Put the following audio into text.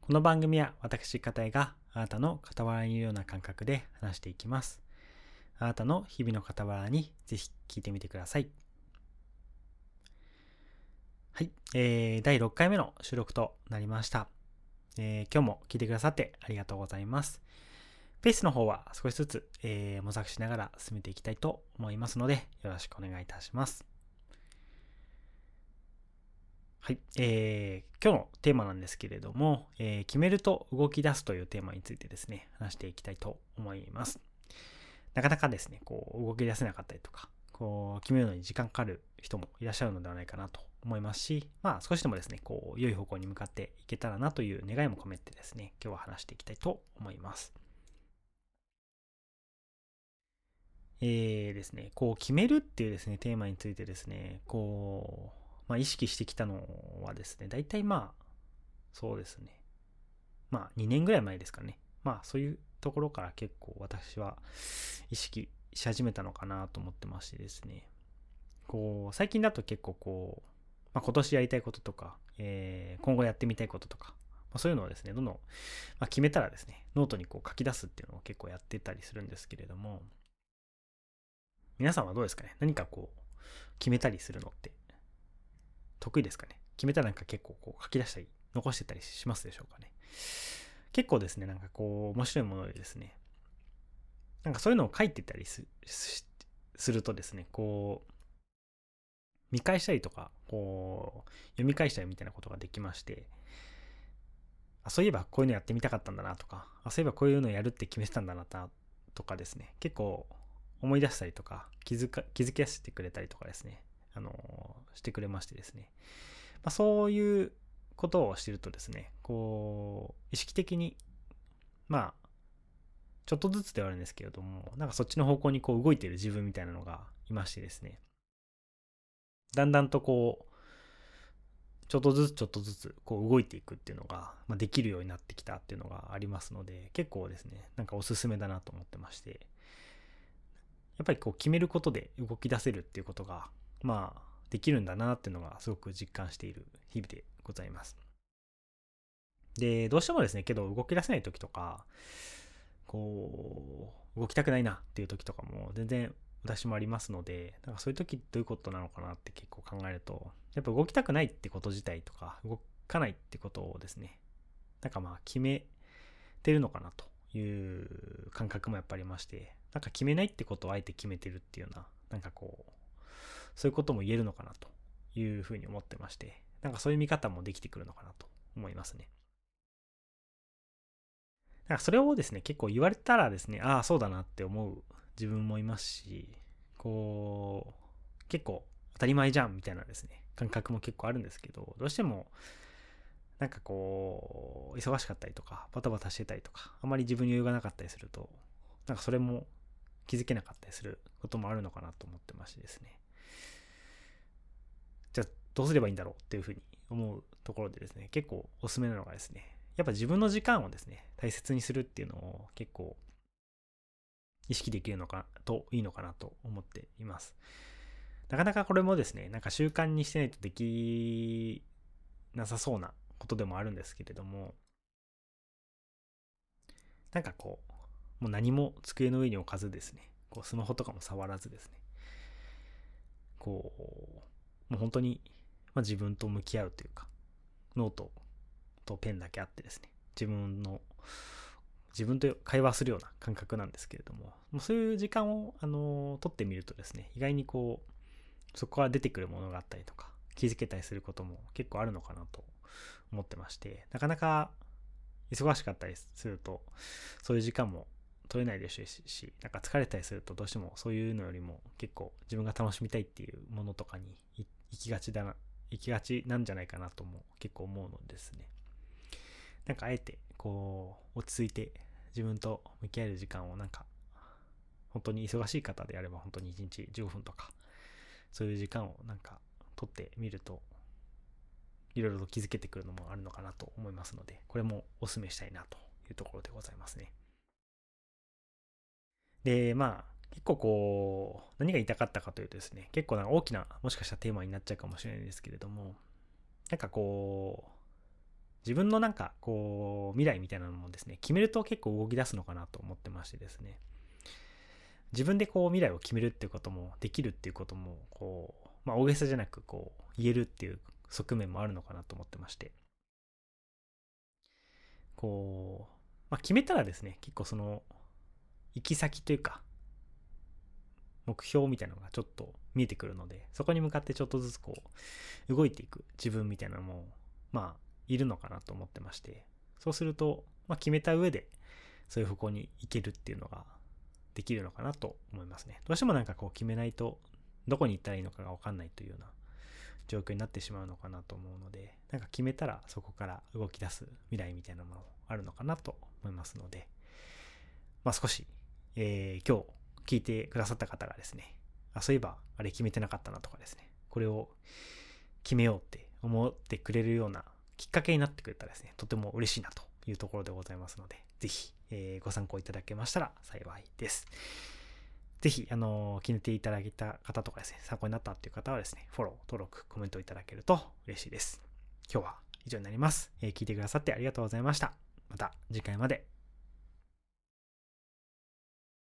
この番組は私片井があなたの傍らにいるような感覚で話していきます。あなたの日々の傍らにぜひ聞いてみてください。はい、第6回目の収録となりました。今日も聞いてくださってありがとうございます。ペースの方は少しずつ、模索しながら進めていきたいと思いますのでよろしくお願いいたします。はい、今日のテーマなんですけれども、決めると動き出すというテーマについてですね、話していきたいと思います。なかなかですね、動き出せなかったりとか、決めるのに時間かかる人もいらっしゃるのではないかなと思いますし、少しでもですね、良い方向に向かっていけたらなという願いも込めてですね、今日は話していきたいと思います。ですね、決めるっていうですね、テーマについてですね、意識してきたのはですね、大体そうですね、2年ぐらい前ですかね。そういうところから結構私は意識し始めたのかなと思ってましてですね。最近だと結構今年やりたいこととか、今後やってみたいこととか、そういうのをですね、どんどん、決めたらですね、ノートに書き出すっていうのを結構やってたりするんですけれども、皆さんはどうですかね。何か決めたりするのって得意ですかね。決めたらなんか結構書き出したり、残してたりしますでしょうかね。結構ですね、面白いものでですね、そういうのを書いてたりするとですね、見返したりとか、読み返したりみたいなことができまして、そういえばこういうのやってみたかったんだなとか、そういえばこういうのやるって決めてたんだなとかですね、結構思い出したりとか、気づきやせてくれたりとかですね、してくれましてですね、そういうことをしてるとですね、意識的に、ちょっとずつではあるんですけれども、そっちの方向に動いている自分みたいなのがいましてですね、だんだんとちょっとずつ動いていくっていうのが、できるようになってきたっていうのがありますので、結構ですね、おすすめだなと思ってまして、やっぱり決めることで動き出せるっていうことが、できるんだなっていうのがすごく実感している日々でございます。で、どうしてもですね、けど動き出せない時とか、動きたくないなっていう時とかも全然私もありますので、そういう時どういうことなのかなって結構考えると、やっぱ動きたくないってこと自体とか、動かないってことをですね、決めてるのかなという感覚もやっぱりありまして、決めないってことをあえて決めてるっていうような、そういうことも言えるのかなというふうに思ってまして、そういう見方もできてくるのかなと思いますね。それをですね、結構言われたらですね、ああ、そうだなって思う自分もいますし、結構当たり前じゃんみたいなですね、感覚も結構あるんですけど、どうしても、忙しかったりとか、バタバタしてたりとか、あまり自分に余裕がなかったりすると、それも気づけなかったりすることもあるのかなと思ってましてですね。じゃあ、どうすればいいんだろうっていうふうに思うところでですね、結構おすすめなのがですね、やっぱ自分の時間をですね、大切にするっていうのを結構意識できるのかといいのかなと思っています。なかなかこれもですね、習慣にしてないとできなさそうなことでもあるんですけれども、もう何も机の上に置かずですね、スマホとかも触らずですね、もう本当に、自分と向き合うというか、ノートとペンだけあってですね、自分と会話するような感覚なんですけれども、そういう時間を、取ってみるとですね、意外にそこから出てくるものがあったりとか、気づけたりすることも結構あるのかなと思ってまして、なかなか忙しかったりすると、そういう時間も取れないでしょうし、疲れたりするとどうしてもそういうのよりも結構自分が楽しみたいっていうものとかに行きがちなんじゃないかなとも結構思うのですね。あえて落ち着いて自分と向き合える時間を本当に忙しい方であれば本当に1日15分とかそういう時間を取ってみるといろいろと気づけてくるのもあるのかなと思いますので、これもお勧めしたいなというところでございますね。で、結構何が言いたかったかというとですね、結構大きなもしかしたらテーマになっちゃうかもしれないんですけれども、なんかこう自分のなんかこう未来みたいなのもですね、決めると結構動き出すのかなと思ってましてですね、自分でこう未来を決めるっていうこともできるっていうこともこう、まあ大げさじゃなくこう言えるっていう側面もあるのかなと思ってまして、こう、まあ、決めたらですね、結構その行き先というか目標みたいなのがちょっと見えてくるので、そこに向かってちょっとずつこう動いていく自分みたいなのもまあいるのかなと思ってまして、そうすると、まあ、決めた上でそういう方向に行けるっていうのができるのかなと思いますね。どうしてもなんかこう決めないとどこに行ったらいいのかが分かんないというような状況になってしまうのかなと思うので、なんか決めたらそこから動き出す未来みたいなものもあるのかなと思いますので、まあ少し、今日聞いてくださった方がですね、そういえばあれ決めてなかったなとかですね、これを決めようって思ってくれるようなきっかけになってくれたらですね、とても嬉しいなというところでございますので、ぜひ、ご参考いただけましたら幸いです。ぜひ、気に入っていただいた方とかですね、参考になったっていう方はですね、フォロー、登録、コメントいただけると嬉しいです。今日は以上になります。聞いてくださってありがとうございました。また次回まで